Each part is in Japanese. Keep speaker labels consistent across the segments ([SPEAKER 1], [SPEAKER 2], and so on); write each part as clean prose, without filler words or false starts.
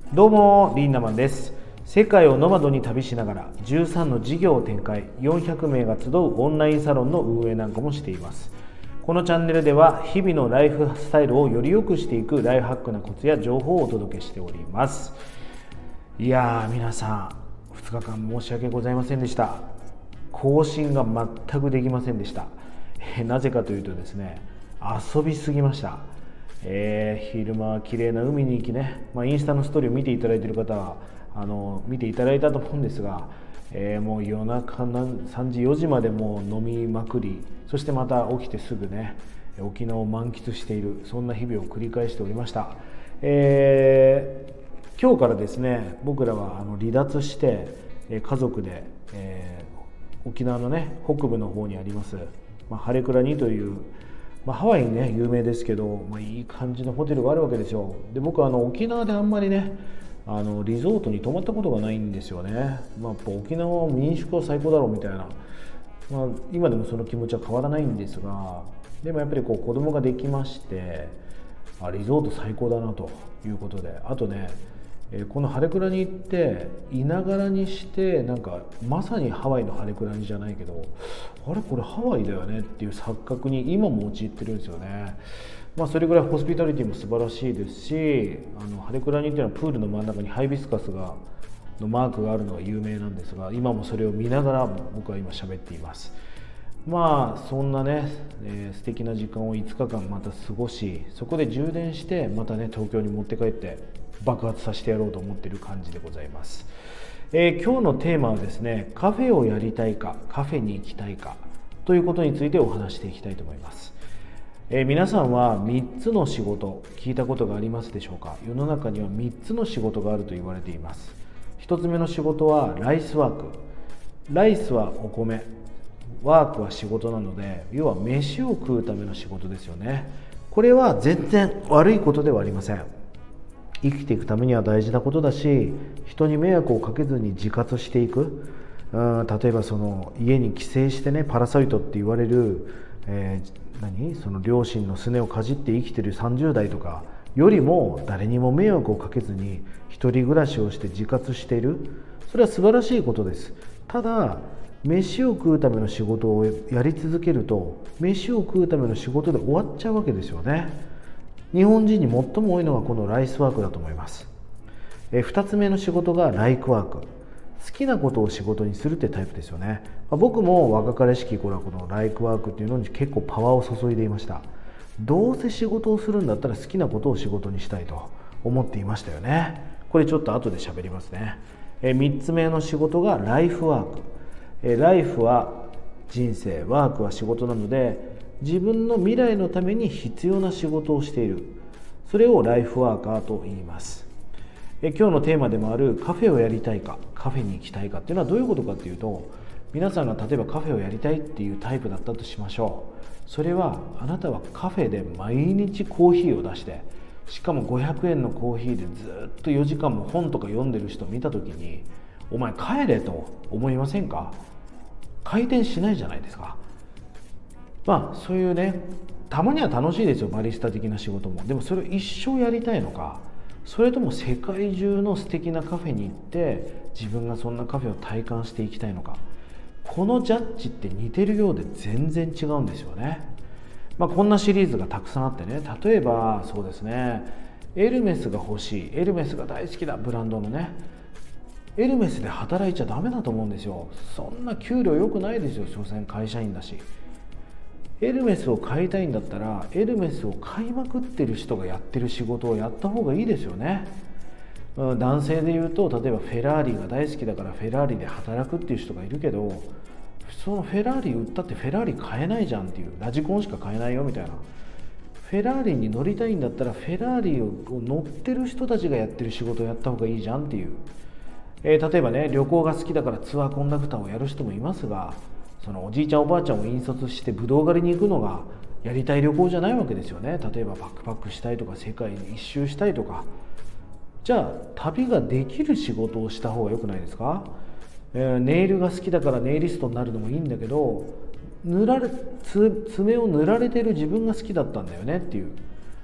[SPEAKER 1] どうもリンナマンです。世界をノマドに旅しながら13の事業を展開、400名が集うオンラインサロンの運営なんかもしています。このチャンネルでは日々のライフスタイルをより良くしていくライフハックなコツや情報をお届けしております。いやー皆さん2日間申し訳ございませんでした。更新が全くできませんでした。なぜかというとですね、遊びすぎました。昼間は綺麗な海に行きね、インスタのストーリーを見ていただいている方は見ていただいたと思うんですが、もう夜中3時4時までもう飲みまくり、そしてまた起きてすぐね沖縄を満喫している、そんな日々を繰り返しておりました。今日からですね、僕らは離脱して家族で、沖縄のね北部の方にあります、ハレクラニという、ハワイにね有名ですけど、いい感じのホテルがあるわけですよ。で僕は沖縄であんまりねリゾートに泊まったことがないんですよね。やっぱ沖縄は民宿は最高だろうみたいな、今でもその気持ちは変わらないんですが、でもやっぱり子供ができまして、リゾート最高だなということで、あとねこのハレクラに行っていながらにしてなんかまさにハワイのハレクラにじゃないけど、あれこれハワイだよねっていう錯覚に今も陥ってるんですよね。それぐらいホスピタリティも素晴らしいですし、ハレクラニっていうのはプールの真ん中にハイビスカスのマークがあるのが有名なんですが、今もそれを見ながら僕は今喋っています。そんなね、素敵な時間を5日間また過ごし、そこで充電してまたね東京に持って帰って爆発させてやろうと思っている感じでございます。今日のテーマはですね、カフェをやりたいかカフェに行きたいかということについてお話していきたいと思います。皆さんは3つの仕事聞いたことがありますでしょうか。世の中には3つの仕事があると言われています。1つ目の仕事はライスワーク。ライスはお米、ワークは仕事なので、要は飯を食うための仕事ですよね。これは全然悪いことではありません。生きていくためには大事なことだし、人に迷惑をかけずに自活していく、例えばその家に寄生してねパラサイトって言われる、その両親のすねをかじって生きてる30代とかよりも誰にも迷惑をかけずに一人暮らしをして自活している、それは素晴らしいことです。ただ飯を食うための仕事をやり続けると、飯を食うための仕事で終わっちゃうわけですよね。日本人に最も多いのがこのライスワークだと思います。2つ目の仕事がライクワーク。好きなことを仕事にするってタイプですよね。僕も若かりしき頃はこのライクワークっていうのに結構パワーを注いでいました。どうせ仕事をするんだったら好きなことを仕事にしたいと思っていましたよね。これちょっと後で喋りますね。3つ目の仕事がライフワーク。ライフは人生、ワークは仕事なので、自分の未来のために必要な仕事をしている、それをライフワーカーと言います。今日のテーマでもあるカフェをやりたいかカフェに行きたいかっていうのはどういうことかっていうと、皆さんが例えばカフェをやりたいっていうタイプだったとしましょう。それはあなたはカフェで毎日コーヒーを出して、しかも500円のコーヒーでずっと4時間も本とか読んでる人を見た時に、お前帰れと思いませんか？回転しないじゃないですか。そういうね、たまには楽しいですよ、バリスタ的な仕事も。でもそれを一生やりたいのか、それとも世界中の素敵なカフェに行って自分がそんなカフェを体感していきたいのか、このジャッジって似てるようで全然違うんですよね。こんなシリーズがたくさんあってね、例えばそうですね、エルメスが欲しい、エルメスが大好きだ、ブランドのね、エルメスで働いちゃダメだと思うんですよ。そんな給料良くないですよ、所詮会社員だし。エルメスを買いたいんだったらエルメスを買いまくってる人がやってる仕事をやった方がいいですよね。男性で言うと、例えばフェラーリが大好きだからフェラーリで働くっていう人がいるけど、そのフェラーリ売ったってフェラーリ買えないじゃんっていう、ラジコンしか買えないよみたいな。フェラーリに乗りたいんだったらフェラーリを乗ってる人たちがやってる仕事をやった方がいいじゃんっていう、例えばね旅行が好きだからツアーコンダクターをやる人もいますが、そのおじいちゃんおばあちゃんを引率してブドウ狩りに行くのがやりたい旅行じゃないわけですよね。例えばバックパックしたいとか世界一周したいとか、じゃあ旅ができる仕事をした方が良くないですか？ネイルが好きだからネイリストになるのもいいんだけど、爪を塗られてる自分が好きだったんだよねっていう、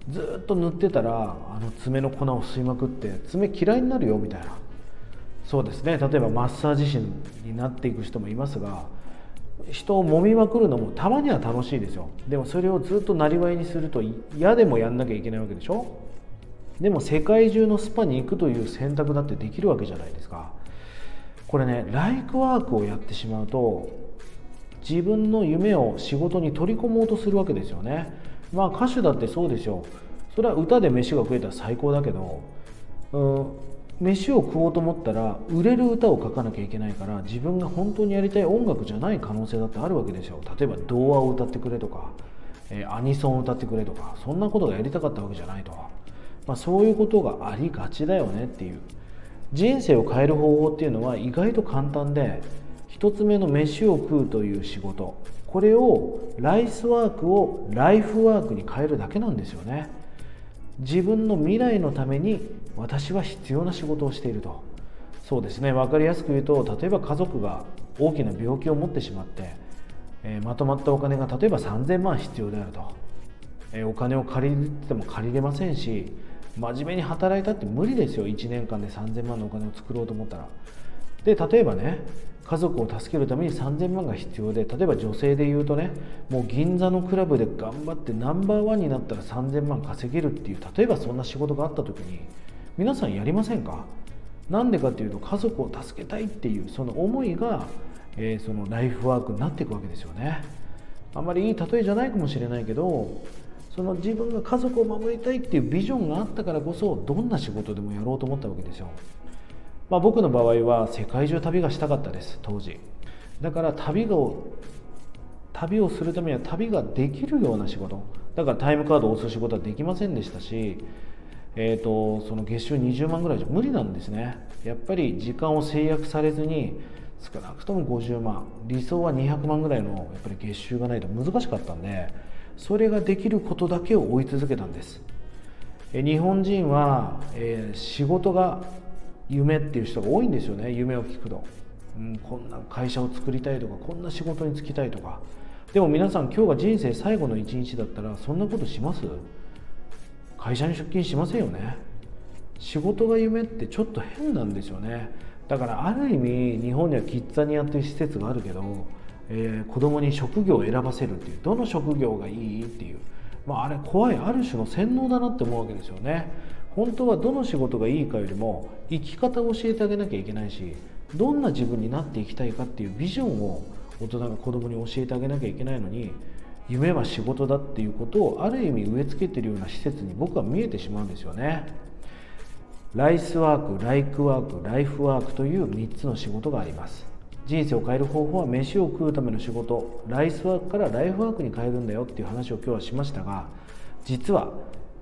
[SPEAKER 1] ずっと塗ってたら爪の粉を吸いまくって爪嫌いになるよみたいな。そうですね、例えばマッサージ師になっていく人もいますが、人を揉みまくるのもたまには楽しいですよ。でもそれをずっとなりわいにすると嫌でもやんなきゃいけないわけでしょ。でも世界中のスパに行くという選択だってできるわけじゃないですか。これね、ライクワークをやってしまうと自分の夢を仕事に取り込もうとするわけですよね。まあ歌手だってそうですよ。それは歌で飯が食えたら最高だけど、飯を食おうと思ったら売れる歌を書かなきゃいけないから、自分が本当にやりたい音楽じゃない可能性だってあるわけですよ。例えば童話を歌ってくれとか、アニソンを歌ってくれとか、そんなことがやりたかったわけじゃないと。そういうことがありがちだよねっていう。人生を変える方法っていうのは意外と簡単で、一つ目の飯を食うという仕事、これをライスワークをライフワークに変えるだけなんですよね。自分の未来のために私は必要な仕事をしていると。そうですね、分かりやすく言うと、例えば家族が大きな病気を持ってしまって、まとまったお金が例えば3000万必要であると、お金を借りても借りれませんし、真面目に働いたって無理ですよ。1年間で3000万のお金を作ろうと思ったら。で例えばね、家族を助けるために3000万が必要で、例えば女性で言うとね、もう銀座のクラブで頑張ってナンバーワンになったら3000万稼げるっていう、例えばそんな仕事があった時に皆さんやりませんか？なんでかっていうと、家族を助けたいっていうその思いが、そのライフワークになっていくわけですよね。あまりいい例えじゃないかもしれないけど、その自分が家族を守りたいっていうビジョンがあったからこそ、どんな仕事でもやろうと思ったわけですよ。僕の場合は世界中旅がしたかったです、当時。だから旅をするためには旅ができるような仕事だから、タイムカードを押す仕事はできませんでしたし、その月収20万ぐらいじゃ無理なんですね。やっぱり時間を制約されずに少なくとも50万、理想は200万ぐらいのやっぱり月収がないと難しかったんで、それができることだけを追い続けたんです。日本人は、仕事が夢っていう人が多いんですよね。夢を聞くと、こんな会社を作りたいとか、こんな仕事に就きたいとか。でも皆さん、今日が人生最後の一日だったらそんなことします？会社に出勤しませんよね。仕事が夢ってちょっと変なんですよね。だからある意味、日本にはキッザニアという施設があるけど、子供に職業を選ばせるっていう、どの職業がいいっていう、あれ怖い、ある種の洗脳だなって思うわけですよね。本当はどの仕事がいいかよりも生き方を教えてあげなきゃいけないし、どんな自分になっていきたいかっていうビジョンを大人が子供に教えてあげなきゃいけないのに、夢は仕事だっていうことをある意味植え付けているような施設に僕は見えてしまうんですよね。ライスワーク、ライクワーク、ライフワークという3つの仕事があります。人生を変える方法は飯を食うための仕事、ライスワークからライフワークに変えるんだよっていう話を今日はしましたが、実は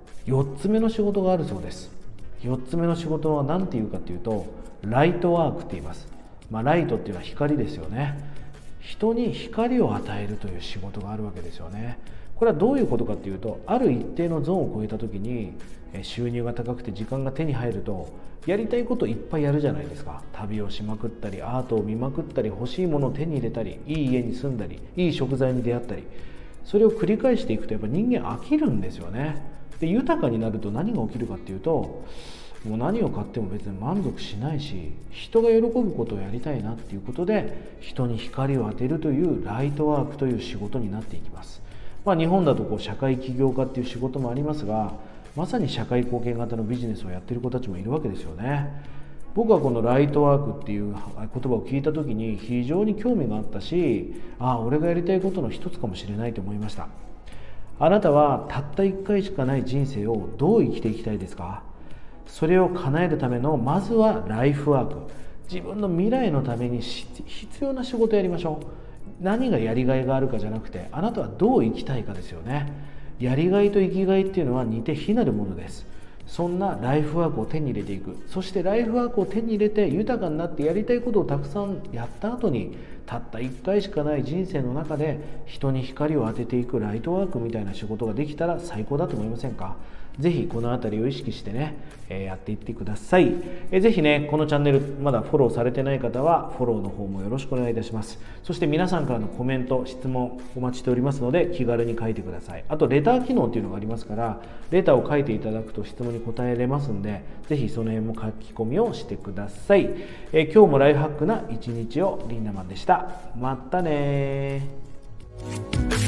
[SPEAKER 1] 4つ目の仕事があるそうです。4つ目の仕事は何ていうかというと、ライトワークって言います。ライトっていうのは光ですよね。人に光を与えるという仕事があるわけですよね。これはどういうことかっていうと、ある一定のゾーンを超えた時に収入が高くて時間が手に入ると、やりたいこといっぱいやるじゃないですか。旅をしまくったり、アートを見まくったり、欲しいものを手に入れたり、いい家に住んだり、いい食材に出会ったり、それを繰り返していくとやっぱ人間飽きるんですよね。で、豊かになると何が起きるかっていうと、もう何を買っても別に満足しないし、人が喜ぶことをやりたいなっていうことで、人に光を当てるというライトワークという仕事になっていきます。日本だと社会起業家っていう仕事もありますが、まさに社会貢献型のビジネスをやっている子たちもいるわけですよね。僕はこのライトワークっていう言葉を聞いた時に非常に興味があったし、俺がやりたいことの一つかもしれないと思いました。あなたはたった1回しかない人生をどう生きていきたいですか？それを叶えるためのまずはライフワーク、自分の未来のために必要な仕事をやりましょう。何がやりがいがあるかじゃなくて、あなたはどう生きたいかですよね。やりがいと生きがいっていうのは似て非なるものです。そんなライフワークを手に入れていく、そしてライフワークを手に入れて豊かになって、やりたいことをたくさんやった後にたった1回しかない人生の中で人に光を当てていくライトワークみたいな仕事ができたら最高だと思いませんか？ぜひこの辺りを意識してね、やっていってください。ぜひね、このチャンネルまだフォローされてない方はフォローの方もよろしくお願いいたします。そして皆さんからのコメント、質問お待ちしておりますので気軽に書いてください。あとレター機能っていうのがありますから、レターを書いていただくと質問に答えれますんで、ぜひその辺も書き込みをしてください。今日もライフハックな一日をリンダマンでした。またね。